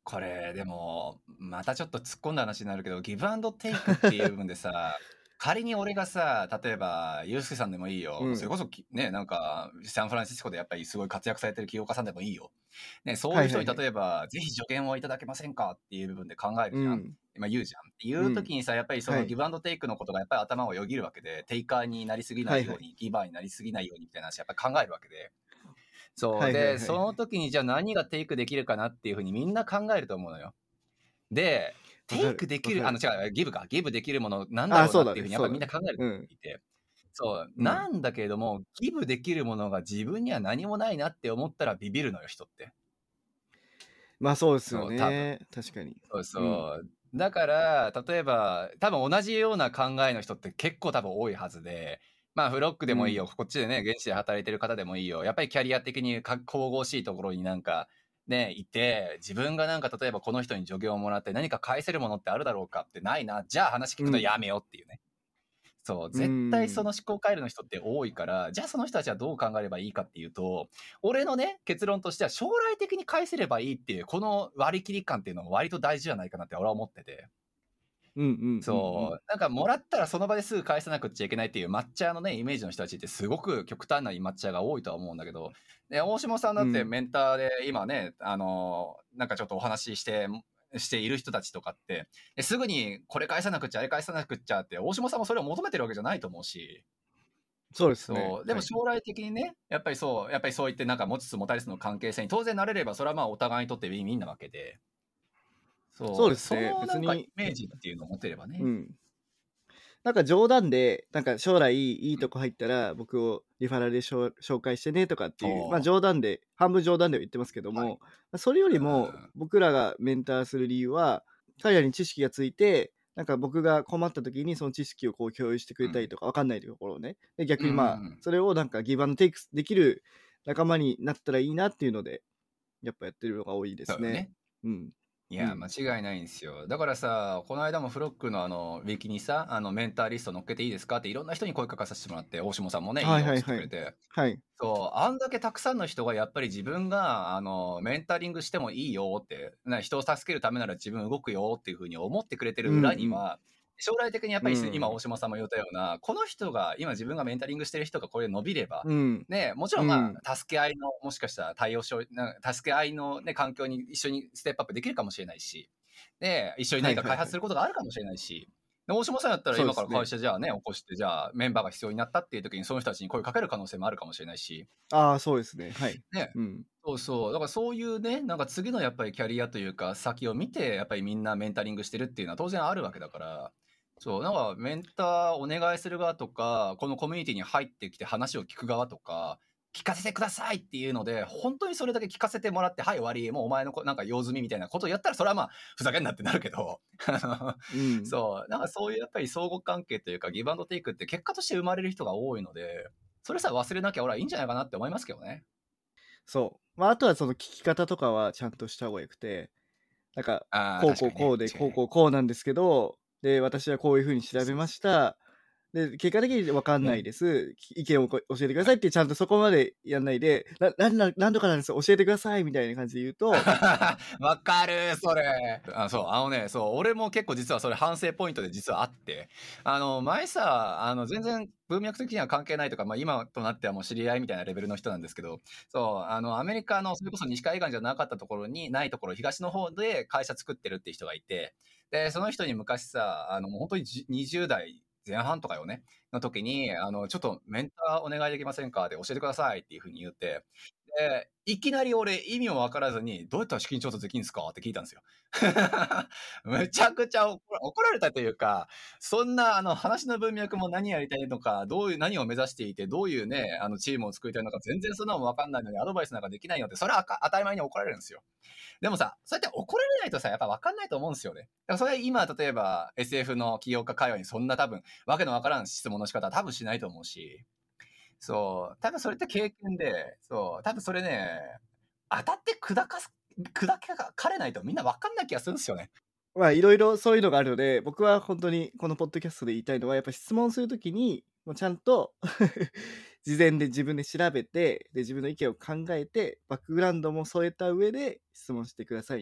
これ、でも、またちょっと突っ込んだ話になるけど、ギブアンドテイクっていう部分でさ、仮に俺がさ、例えば、ユースケさんでもいいよ。 うんそれこそき、ね、なんか、サンフランシスコでやっぱりすごい活躍されてる起業家さんでもいいよ。ね、そういう人にはいはいはい。 例えば、ぜひ助言をいただけませんかっていう部分で考えるじゃん。 うん。 まあ言うじゃん。っていううん。 時にさ、やっぱりそはい。 のギブアンドテイクのことがやっぱり頭をよぎるわけで、テイカーになりすぎなはいいはい。 ように、ギバーになりすぎないようにみたいな話やっぱり考えるわけで。そう。で、 はいはいはいそのはい。 時にじゃあ何がテイクできるかなっていうふうにみんな考えると思うのよ。で、テイわかる。 クできる、あの、 わかる。 違う、ギブか。ギブできるものなんだああ、 ろうそうだね。 なっていうふうにやっぱそうだね。 りみんな考えるうん。 人いて。そう。 うん。 なんだけれども、ギブできるものが自分には何もないなって思ったらビビるのよ、人って。 まあそうですよそう、多分。 ね。確かに。 そううん。 そう。だから、例えば、多分同じような考えの人って結構多分多いはずで、まあフロックでうもいいよ、 ん。 こっちでね、現地で働いてる方でもいいよ。やっぱりキャリア的にか神々しいところになんかね、いて、自分がなんか例えばこの人に助言をもらって何か返せるものってあるだろうかってないな。じゃあ話聞くのうん。 やめようっていうね。そう、 う絶対そん。 の思考回路の人って多いから、じゃあその人たちはどう考えればいいかっていうと、俺のね、結論としては将来的に返せればいいっていう、この割り切り感っていうのも割と大事じゃないかなって俺は思ってて。 うんうんうんうん。 そう、なんかもらったらその場ですぐ返さなくちゃいけないっていう抹茶のね、イメージの人たちってすごく極端な抹茶が多いとは思うんだけど、で大下さんだってうん。 メンターで今ね、あの、なんかちょっとお話しして、している人たちとかって、ですぐにこれ返さなくちゃ、あれ返さなくちゃって、大下さんもそれを求めてるわけじゃないと思うし、 そうですね。 そう、ではい。 も将来的にね、やっぱりそう、やっぱりそう言ってなんか持ちつ持たれつの関係性に当然なれれば、それはまあお互いにとってウィンウィンなわけで、 そうそう、そですね。 のなんかイ別に、 メージっていうのを持てればね。 うん。なんか冗談で、なんか将来いいとこ入ったら僕をリファラルでしょ紹介してねとかっていう、まあおー、 冗談で、半分冗談では言ってますけどはい。 も、それよりうんうんも僕らがメンターする理由は、彼らに知識がついて、なんか僕が困った時にその知識をこう共有してくうん。 れたりとか、わかんないところをね。で、 うんうんう逆にまあ、 ん。 それをなんかギブアンドテイクできる仲間になったらいいなっていうので、やっぱやってるのが多いですね。 そうよね。 うん。 いうや、間ん。 違いないんですよ。だからさ、この間もフロックのあの、ウィキにさ、あの、メンターリスト載っけていいですかっていろんな人に声かけさせてもらって、大下さんもね、いいはいよってはいはい。 言ってくれて。 はい。 そう、あんだけたくさんの人がやっぱり自分が、あの、メンタリングしてもいいよって、な人を助けるためなら自分動くよっていうふうに思ってくれてるうん裏には、将来的にやっうん。うぱり今大ん。 島さんも言ったような、この人が、今自分がメンタリングしてる人がこれで伸びれば、 うん。 ね、もちろんまうん。 あ、助け合いの、もしかしたら対応しよう、な助け合いのね、環境に一緒にステップアップできるかもしれないし、で、一緒に何か開はいはいはい。 発することがあるかもしれないし、で大島さんだったら今から会そうですね。 社じゃあね、起こして、じゃあメンバーが必要になったっていう時にその人たちに声かける可能性もあるかもしれないし、 ああ、そうですね。はい。 ね。 うん。 そうそう。だからそういうね、なんか次のやっぱりキャリアというか先を見て、やっぱりみんなメンタリングしてるっていうのは当然あるわけだから、そう、なんかメンターお願いする側とか、このコミュニティに入ってきて話を聞く側とか、聞かせてくださいっていうので、本当にそれだけ聞かせてもらって、はい、終わり、もうお前のこなんか用済みみたいなことをやったら、それはまあ、ふざけんなってなるけど、 うん。 そう、なんかそういうやっぱり相互関係というか、ギブアンドテイクって結果として生まれる人が多いので、それさえ忘れなきゃ俺はいいんじゃないかなって思いますけどね。 そう。まあ、あとはその聞き方とかはちゃんとした方がよくて、なんか、 ああ、 こう確かにね。 こうこうで、 確かにね。 こうこうこうなんですけど、で、私はこういうふうに調べました。で、結果的に分かんないね。 です。き意見をこ教えてくだはい。 さいってちゃんとそこまでやんないで、ななんななんとかなんですよ、教えてくださいみたいな感じで言うと、 わかる、それ。あ、そう、あのね、そう、俺も結構実はそれ反省ポイントで実はあって、あの、前さ、あの、全然文脈的には関係ないとか、まあ今となってはもう知り合いみたいなレベルの人なんですけど、そう、あの、アメリカのそれこそ西海岸じゃなかったところに、ないところ、東の方で会社作ってるっていう人がいて、で、その人に昔さ、あの、もう本当にじにじゅう代前半とかよね、の時に、あの、ちょっとメンターお願いできませんかで教えてくださいっていうふうに言って、で、いきなり俺意味も分からずに、どうやったら資金調達できるんですかって聞いたんですよ。めちゃくちゃ怒ら怒られたというか、そんなあの話の文脈も何やりたいのか、どういう、何を目指していて、どういうね、あのチームを作りたいのか、全然そんなのも分かんないのにアドバイスなんかできないよって、それはあか当たり前に怒られるんですよ。でもさ、そうやって怒られないとさ、やっぱ分かんないと思うんですよね。だからそれ今、例えば エスエフ の起業家会話にそんな多分、わけの分からん質問の仕方は多分しないと思うし、そう、多分それって経験で、そう、多分それね、当たって砕かす、砕かれないとみんな分かんない気がするんですよね。 まあ、いろいろそういうのがあるので、僕は本当にこのポッドキャストで言いたいのは、やっぱ質問するときに、もうちゃんと事前で自分で調べて、で、自分の意見を考えて、バックグラウンドも添えた上で質問してくださいね。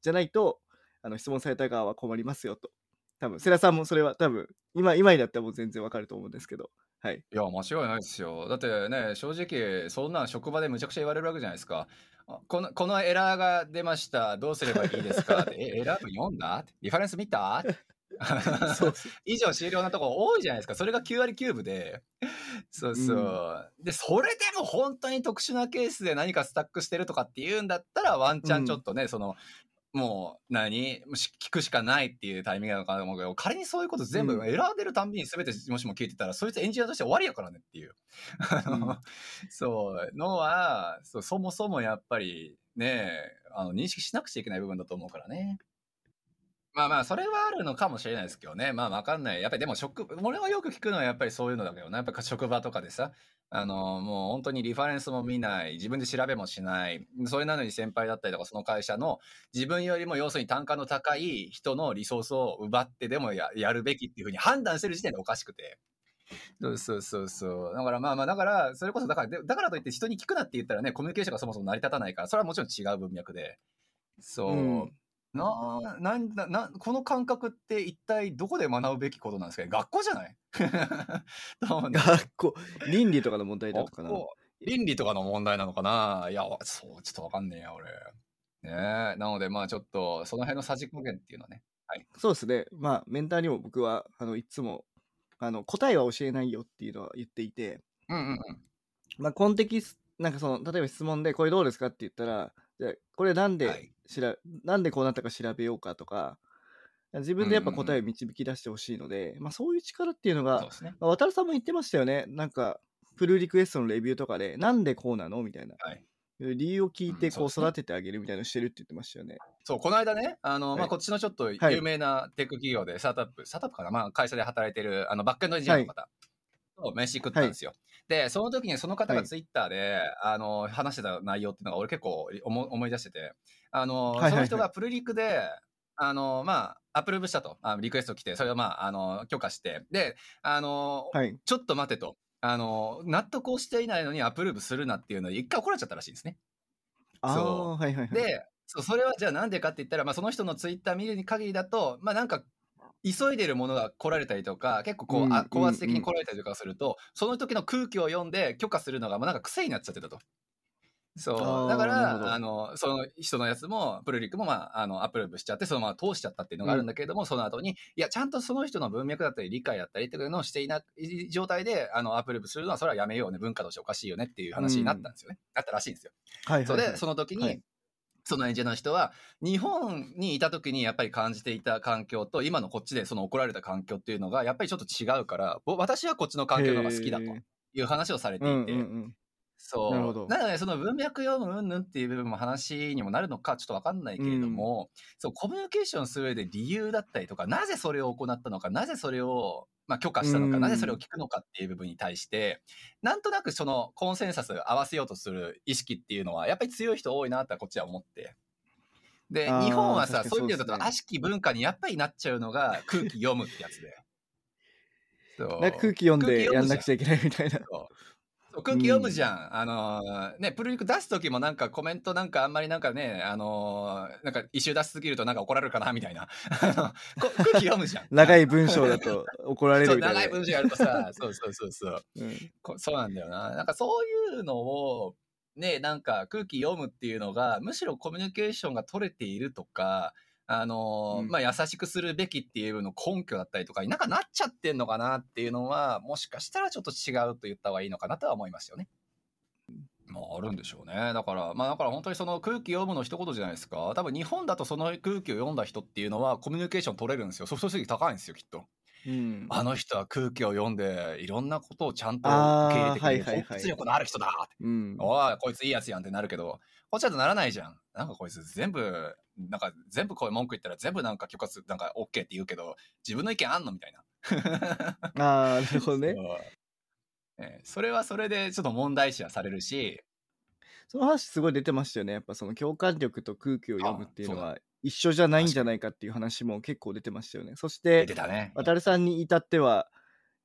じゃないとあの質問された側は困りますよと。多分世良さんもそれは多分今今になったらもう全然わかると思うんですけど、はい。 いや、間違いないですよ。だってね、正直、そんなん職場でむちゃくちゃ言われるわけじゃないですか。あこの、このエラーが出ました。どうすればいいですかって。え、エラー文読んだリファレンス見たそうそう。 以上終了なとこ多いじゃないですか。それがきゅう割きゅうぶで。そうそう。 うんで、それでも本当に特殊なケースで何かスタックしてるとかっていうんだったら、ワンチャンちょっとね、その、もう何もうし聞くしかないっていうタイミングなのかなと思うけど、仮にそういうこと全部うんエラー出るたんびに全てもしも聞いてたら、そいつエンジニアとして終わりやからねっていう。あのうんそうのはそう、そもそもやっぱりね、あの認識しなくちゃいけない部分だと思うからね。まあまあ、それはあるのかもしれないですけどね。まあわかんない。やっぱりでも職、俺はよく聞くのはやっぱりそういうのだけどな。やっぱ職場とかでさ、あの、もう本当にリファレンスも見ない、自分で調べもしない、それなのに先輩だったりとかその会社の自分よりも要するに単価の高い人のリソースを奪ってでもややるべきっていうふうに判断してる時点でおかしくて。そうそうそうそう。だからまあまあ、だから、それこそだから、でだからといって人に聞くなって言ったらね、コミュニケーションがそもそも成り立たないから、それはもちろん違う文脈で。そう。 うんな、なんだ、な、この感覚って一体どこで学ぶべきことなんですかね。学校じゃないどうなんだろう。 学校倫理とかの問題だとかな。 学校、倫理とかの問題なのかないや、そう、ちょっとわかんねえや、俺。ねえ。なので、まあちょっと、その辺のさじ加減っていうのはね。はい。 そうですね。まあメンターにも僕はあのいつもあの答えは教えないよっていうのは言っていて、 うんうんうん。 まあ根的すなんかその例えば質問でこれどうですかって言ったら、じゃあこれなんはでい。 しらなんでこうなったか調べようかとか、自分でやっぱ答えを導き出してほしいので、まあそういう力っていうのが、 そうですね。 まあ、渡るさんも言ってましたよね。なんかプルリクエストのレビューとかでなんでこうなのみたいな。 はい。 理由を聞いてこううんそうですね育ててあげるみたいなのしてるって言ってましたよね。 そう、この間ね、あの、まあ、 はいこっちのちょっとはい有名なテック企業で、スタートアップ、スタートアップかな、まあ、会社で働いてる、あの、バックエンドエンジニアの方と飯食ったんですよ。で、その時にその方はいがツイッターで、あの、話してた内容っていうのが俺結構思思い出してて、あの、 はいはいはいその人がプルリクで、あの、まあ、アプローブしたと、あのリクエスト来て、それをまあ、あの、許可して、で、あの、 はい。 ちょっと待てと、あの、納得をしていないのにアプローブするなっていうので、一回怒られちゃったらしいんですね。 あそあはいはいはう。 い。 で、そうそれはじゃあなんでかって言ったら、まあ、その人のツイッター見る限りだと、まあ、なんか、急いでるものが来られたりとか、結構こう、 うんあ高圧的うんうんに来られたりとかすると、その時の空気を読んで許可するのがもうなんか癖になっちゃってたと。そう。だかああなるほら、あど。 の、その人のやつも、プルリックもまあ、あの、アップローブしちゃって、そのまま通しちゃったっていうのがあるんだけれども、その後に、いや、ちゃんとその人の文脈だったり、理解だったりっていうのをしていない状態で、あの、アップローブするのは、それはやめようね、文化としておかしいよねっていう話になったんですよね。なったらしいんですよ。それで、 はいはいはい。 その時に、 はいそのエンジニアの人は、日本にいた時にやっぱり感じていた環境と、今のこっちでその怒られた環境っていうのが、やっぱりちょっと違うから、ぼ私はこっちの環境の方が好きだとへえ。 いう話をされうんうんうていて、 ん。なるほそう。 ど。 なので、その文脈読むうんぬんっていう部分も話にもなるのかちょっとわかんないけれども、そう、コミュニケーションする上で理由だったりとか、なぜそれを行ったのか、なぜそれを、まあ、許可したのか、なぜそれを聞くのかっていう部分に対して、なんとなくそのコンセンサス合わせようとする意識っていうのは、やっぱり強い人多いなってこっちは思って。で、日本ああはさ、 確かにそういう意味だと、 そうですね。 悪しき文化にやっぱりなっちゃうのが空気読むってやつで。 なんか空そう。 気読ん空気で読むじゃん。 やんなくちゃいけないみたいな。 そうそう空う気読むじん。 ゃん。あのーね、プルリク出す時もなんかコメントなんかあんまりなんかね、あのーなんか一周出しすぎるとなんか怒られるかなみたいな。あのこ空気読むじゃん。 長い文章だと怒られそう、 るみたいなね。 長い文章やるとさ、そうそうそうそう。 うん。 こそうなんだよな。なんかそういうのを、ね、なんか空気読むっていうのが、むしろコミュニケーションが取れているとか、あのーうんまあ、優しくするべきっていうの根拠だったりとかになんかなっちゃってんのかなっていうのは、もしかしたらちょっと違うと言った方がいいのかなとは思いますよね。まあ、あるんでしょうね。だから、まあ、だから本当にその空気読むの一言じゃないですか。多分日本だとその空気を読んだ人っていうのはコミュニケーション取れるんですよ。ソフトスキル高いんですよ、きっと。 うん。 あの人は空気を読んで、いろんなことをちゃんと受け入れああてくれる、 はいはいはい。 包括力のある人だって。 うん。 おい、こいついいやつやんってなるけど、こっちだとならないじゃん。なんかこいつ全部、なんか全部こういう文句言ったら全部なんか許可する、なんか OK って言うけど、自分の意見あんのみたいな。 ああなるほどね。 そうえーそれはそれでちょっと問題視はされるし、 その話すごい出てましたよね。やっぱその共感力と空気を読むっていうのあそうは一緒じゃないんじゃ確かにないかっていう話も結構出てましたよね。そし出ててたね。 渡さんに至っては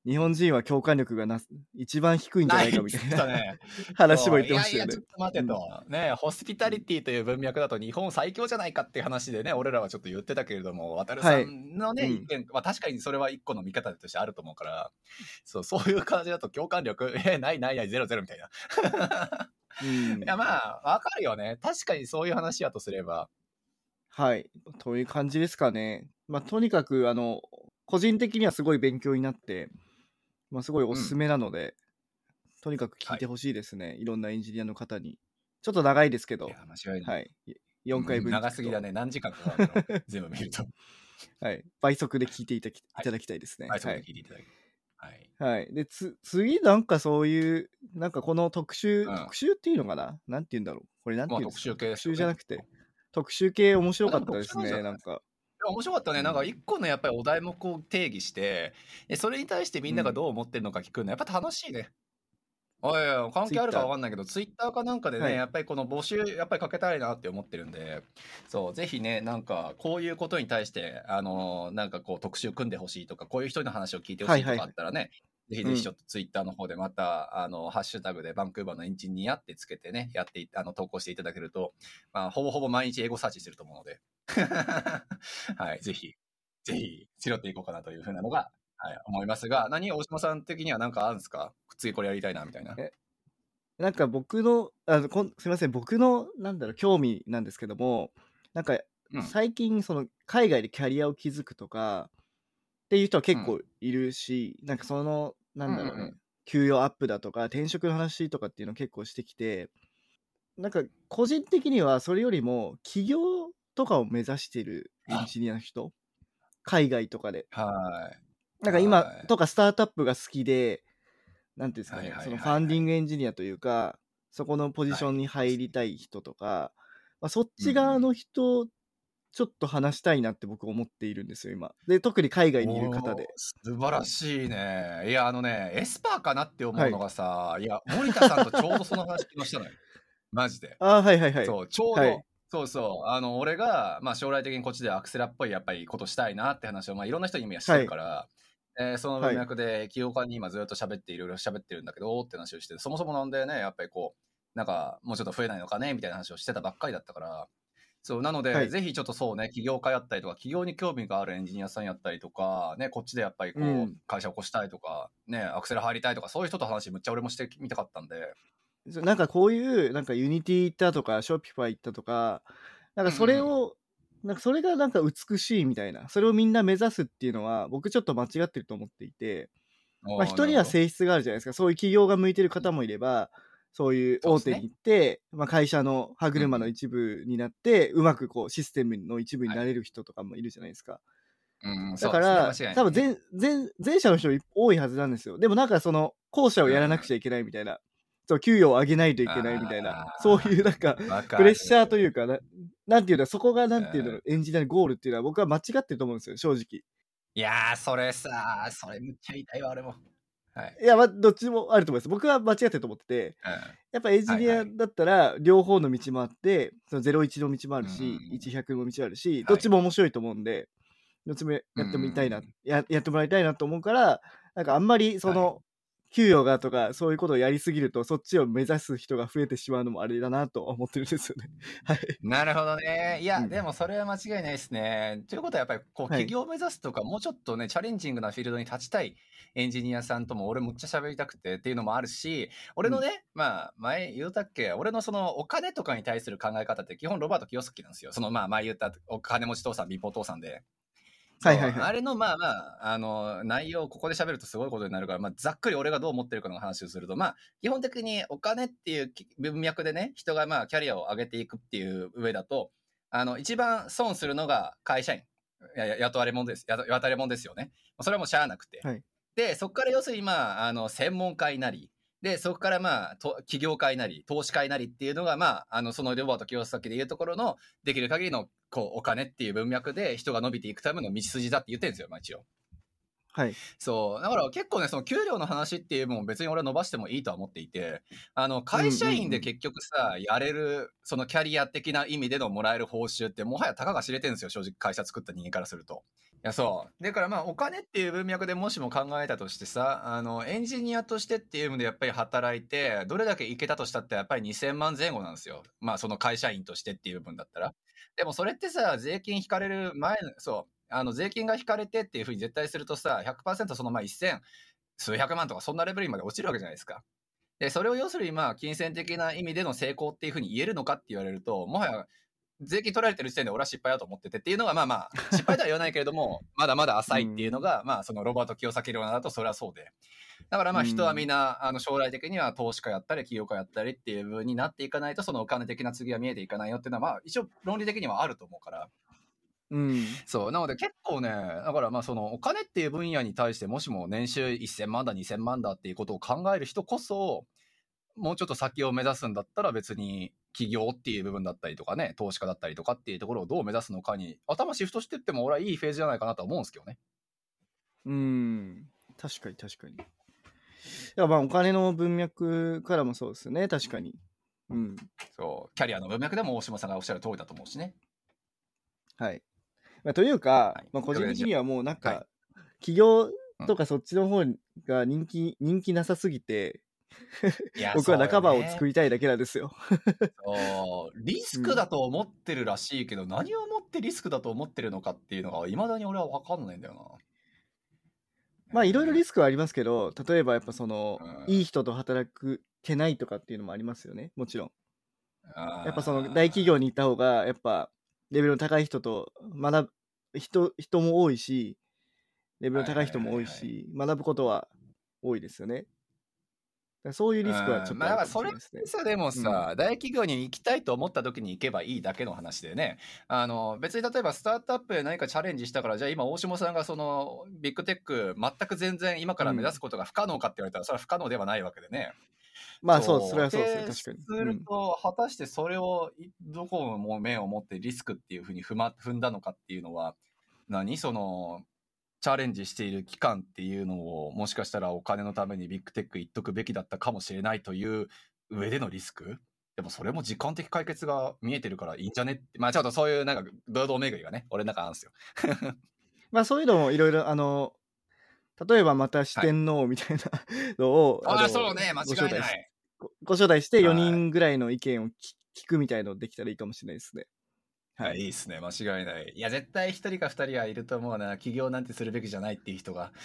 日本人は共感力がな一番低いんじゃないかみたいな、 ね、 話も言ってましたよね。 いやいやちょっと待てと、うん、ねホスピタリティという文脈だと日本最強じゃないかっていう話でね俺らはちょっと言ってたけれども、渡さんのね、はい、意見は確かにそれは一個の見方としてあると思うから、そうそういう感じだと共感力えないないないゼロゼロみたいなうん、いやまあわかるよね、確かにそういう話やとすれば、 はいという感じですかね。まあとにかくあの個人的にはすごい勉強になって、まあ、すごいおすすめなので、うん、とにかく聞いてほしいですね、はい、いろんなエンジニアの方に。ちょっと長いですけど、いや間違いない、はい、よんかいぶん、 うん、長すぎだね、何時間かかるの全部見るとはい、倍速で聞いていただき、はい、いただきたいですね。 倍速で聞いていただき、はいはい、でつ次なんかそういうなんかこの特集、うん、特集っていうのかな、なんて言うんだろう、これなんて言うんですか、まあ、特集系ですよね、特集じゃなくて特集系面白かったですね。なんか面白かったね、うん、なんか一個のやっぱりお題目を定義してそれに対してみんながどう思ってるのか聞くのやっぱ楽しいね。おいおい関係あるか分かんないけどツイッターかなんかでね、はい、やっぱりこの募集やっぱりかけたいなって思ってるんで、そうぜひねなんかこういうことに対してあのー、なんかこう特集組んでほしいとかこういう人の話を聞いてほしいとかあったらね、はいはい、ぜひぜひちょっとツイッターの方でまた、うん、あのハッシュタグでバンクーバーのエンジニアってつけてねやってあの投稿していただけると、まあ、ほぼほぼ毎日英語サーチしてると思うのではいぜひぜひ拾っていこうかなというふうなのが、はい、思いますが、何大島さん的には何かあるんですか、次これやりたいなみたいな。 えなんか僕のあのこんすみません僕のなんだろう興味なんですけども、なんか最近その海外でキャリアを築くとかっていう人は結構いるし、うん、なんかそのなんだろうね、うんうんうん、給与アップだとか転職の話とかっていうのを結構してきて、なんか個人的にはそれよりも起業とかを目指しているエンジニアの人、海外とかで、 はい、 なんか今とかスタートアップが好きで、なんていうんですかね、そのファンディングエンジニアというかそこのポジションに入りたい人とか、はいまあ、そっち側の人、うん、ちょっと話したいなって僕思っているんですよ今で、特に海外にいる方で。 素晴らしいね。いやあのねエスパーかなって思うのがさ、はい、いや森田さんとちょうどその話をしたのよマジで。 あはいはいはい。 そうちょうど、はい、そうそうあの俺が、まあ、将来的にこっちでアクセラっぽいやっぱりことしたいなって話を、まあ、いろんな人に今してるから、はいえー、その文脈で起業家に今ずっと喋っていろいろ喋ってるんだけどって話をして、そもそもなんでねやっぱりこうなんかもうちょっと増えないのかねみたいな話をしてたばっかりだったから、そうなので、はい、ぜひちょっとそうね起業家やったりとか起業に興味があるエンジニアさんやったりとかねこっちでやっぱりこう、うん、会社を起こしたいとかねアクセラ入りたいとかそういう人と話むっちゃ俺もしてみたかったんで、 なんかこういうなんかユニティ行ったとかショッピファイ行ったとかなんかそれを、うんうんなんかそれがなんか美しいみたいな、それをみんな目指すっていうのは僕ちょっと間違ってると思っていて、まあ、人には性質があるじゃないですか。そういう企業が向いてる方もいればそういう大手に行って、ねまあ、会社の歯車の一部になって、うんうん、うまくこうシステムの一部になれる人とかもいるじゃないですか、はいうん、だから、ねね、多分 前, 前, 前者の人多いはずなんですよ。でもなんかその後者をやらなくちゃいけないみたいな、うんそう給与を上げないといけないみたいなそういうなんかプレッシャーというか な, なんていうのそこがなんていうの、うん、エンジニアのゴールっていうのは僕は間違ってると思うんですよ正直。 いやーそれさそれむっちゃ言いたいわ俺も、はい、 いやまあどっちもあると思います。僕は間違ってると思ってて、うん、やっぱエンジニアだったら両方の道もあって、はいはい、そのゼロイチの道もあるし、うん、いちひゃくの道あるし、どっちも面白いと思うんで、はい、どっちもやってみたいな、うん、や, やってもらいたいなと思うからなんかあんまりその、はい給与がとかそういうことをやりすぎるとそっちを目指す人が増えてしまうのもあれだなと思ってるんですよね。はい。 なるほどね。いや、うん、でもそれは間違いないですね。ということはやっぱりこう起業を目指すとか、はい、もうちょっとねチャレンジングなフィールドに立ちたいエンジニアさんとも俺むっちゃ喋りたくてっていうのもあるし、俺のね、うん、まあ前言うたっけ、俺のそのお金とかに対する考え方って基本ロバート清崎なんですよ。そのまあ前言ったお金持ち父さん貧乏父さんで。はいはいはい、あれのまあまああの内容をここで喋るとすごいことになるから、まあ、ざっくり俺がどう思ってるかの話をすると、まあ基本的にお金っていう文脈でね人がまあキャリアを上げていくっていう上だとあの一番損するのが会社員や雇われ者です雇われ者ですよね。それはもうしゃあなくて、はい、でそこから要するにまああの専門家になりでそこからまあと起業家になり投資家になりっていうのがまああのそのロバート清崎でいうところのできる限りのこうお金っていう文脈で人が伸びていくための道筋だって言ってるんですよ、まあ、一応。 はい。 そう。だから結構ね、その給料の話っていうのも別に俺は伸ばしてもいいとは思っていて、あの、会社員で結局さ、やれる、そのキャリア的な意味でのもらえる報酬ってもはやたかが知れてるんですよ、正直会社作った人間からすると。いや、そう。だからまあ、お金っていう文脈でもしも考えたとしてさ、あの、エンジニアとしてっていうのでやっぱり働いて、どれだけいけたとしたってやっぱりにせんまんぜん後なんですよ。まあ、その会社員としてっていう部分だったら。でもそれってさ、税金引かれる前の、そう。あの税金が引かれてっていうふうに絶対するとさ ひゃくパーセント そのまあせん数百万とかそんなレベルにまで落ちるわけじゃないですか。でそれを要するにまあ金銭的な意味での成功っていうふうに言えるのかって言われると、もはや税金取られてる時点で俺は失敗だと思っててっていうのがまあまあ失敗とは言わないけれどもまだまだ浅いっていうのがまあそのロバート清崎論だとそれはそうで、だからまあ人はみんなあの将来的には投資家やったり起業家やったりっていう部分になっていかないとそのお金的な次は見えていかないよっていうのはまあ一応論理的にはあると思うから。 うん、 そうなので結構ね、だからまあそのお金っていう分野に対してもしも年収せんまんだにせんまんだっていうことを考える人こそもうちょっと先を目指すんだったら別に起業っていう部分だったりとかね、投資家だったりとかっていうところをどう目指すのかに頭シフトしてっても俺はいいフェーズじゃないかなとは思うんですけどね。 うん、確かに確かに。いやまあお金の文脈からもそうですよね、確かに。うん、 そうキャリアの文脈でも大島さんがおっしゃる通りだと思うしね。 はい。まあ、というか、 はい、 まあ、個人的にはもうなんか、 はい、 起業とかそっちの方が人気、うん、人気なさすぎて僕は仲間を作りたいだけなんですよ。 そうリスクだと思ってるらしいけど、うん、何をもってリスクだと思ってるのかっていうのがいまだに俺は分かんないんだよな。 まあいろいろリスクはありますけど、例えばやっぱその、うん、いい人と働けないとかっていうのもありますよね、もちろん。やっぱその大企業に行った方がやっぱレベルの高い人と学ぶ 人, 人も多いし、レベルの高い人も多いし、はいはいはいはい、学ぶことは多いですよね。そういうリスクはちょっとあるかもしれないですね。 まあ、それでもさ、うん、大企業に行きたいと思った時に行けばいいだけの話でね、あの別に例えばスタートアップで何かチャレンジしたから、じゃあ今大下さんがそのビッグテック全く全然今から目指すことが不可能かって言われたら、うん、それは不可能ではないわけでね。 まあそう、それはそうですね、確かに。 すると、果たしてそれをどこも面を持ってリスクっていうふうに踏ま踏んだのかっていうのは、何そのチャレンジしている期間っていうのをもしかしたらお金のためにビッグテック行っとくべきだったかもしれないという上でのリスク。でもそれも時間的解決が見えてるからいいんじゃねって、まあちょっとそういうなんか堂々巡りがね、俺の中あるんですよ。 まあそういうのもいろいろあの例えばまた四天王みたいなのを、 はい、ああそうね、間違いない。 ご招待してよにんぐらいの意見を聞くみたいのできたらいいかもしれないですね。 はい、いいですね、間違いない。いや絶対一人か二人はいると思うな、起業なんてするべきじゃないっていう人が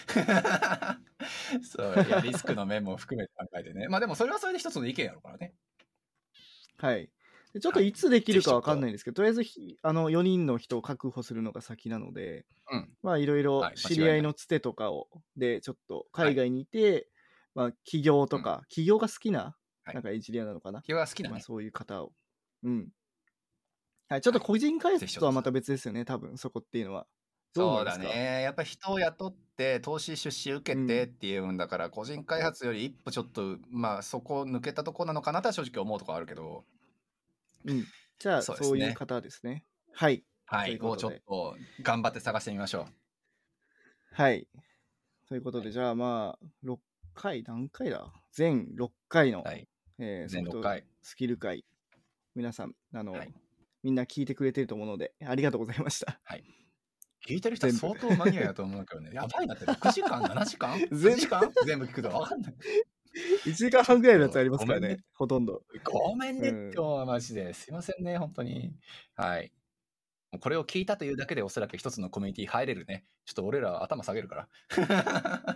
そういやリスクの面も含めて考えてね。まあでもそれはそれで一つの意見やろうからね。 はい。ちょっといつできるかわかんないんですけど、はい、とりあえずあのよにんの人を確保するのが先なので、うん、まあいろいろ知り合いのつてとかをでちょっと海外にいて、はい、まあ起業とか、うん、起業が好きななんかエンジニアなのかな、 起業が好きな、ね、 まあ、そういう方を、うん、はい、ちょっと個人開発とはまた別ですよね、多分そこっていうのは。 そうだね、やっぱり人を雇って投資出資受けてっていうんだから、うん、個人開発より一歩ちょっとまあそこ抜けたところなのかなとは正直思うところあるけど、 うん、じゃあそう、ね、そういう方ですね。はい。 はい、もうちょっと頑張って探してみましょう。 はい。ということで、じゃあまあ、ろっかい、何回だ全ろっかいの、 はいえー、ソフトスキル会、皆さん、あの、はい、みんな聞いてくれてると思うので、ありがとうございました。 はい。聞いてる人は相当マニアやと思うけどね。やばいなって、ろくじかん、ななじかん ?ろく 時間全部聞くと分かんない。 いちじかんはんぐらいのやつありますからね、ねほとんど。 ごめんねって、うん、マジですいませんね、本当に。はい。これを聞いたというだけでおそらく一つのコミュニティ入れるね。ちょっと俺ら頭下げるから。はい、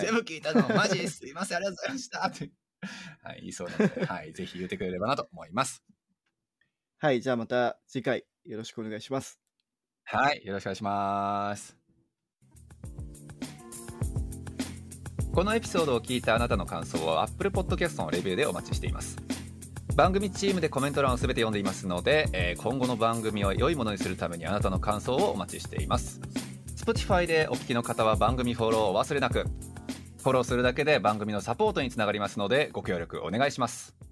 全部聞いたのマジすいません、ありがとうございましたって。はい、言いそうなので、はい、ぜひ言ってくれればなと思います。 はい、じゃあまた次回よろしくお願いします。 はい、よろしくお願いします。このエピソードを聞いたあなたの感想を Apple Podcast のレビューでお待ちしています。番組チームでコメント欄をすべて読んでいますので、えー、今後の番組を良いものにするためにあなたの感想をお待ちしています。 Spotify でお聞きの方は番組フォローをお忘れなく。フォローするだけで番組のサポートにつながりますのでご協力お願いします。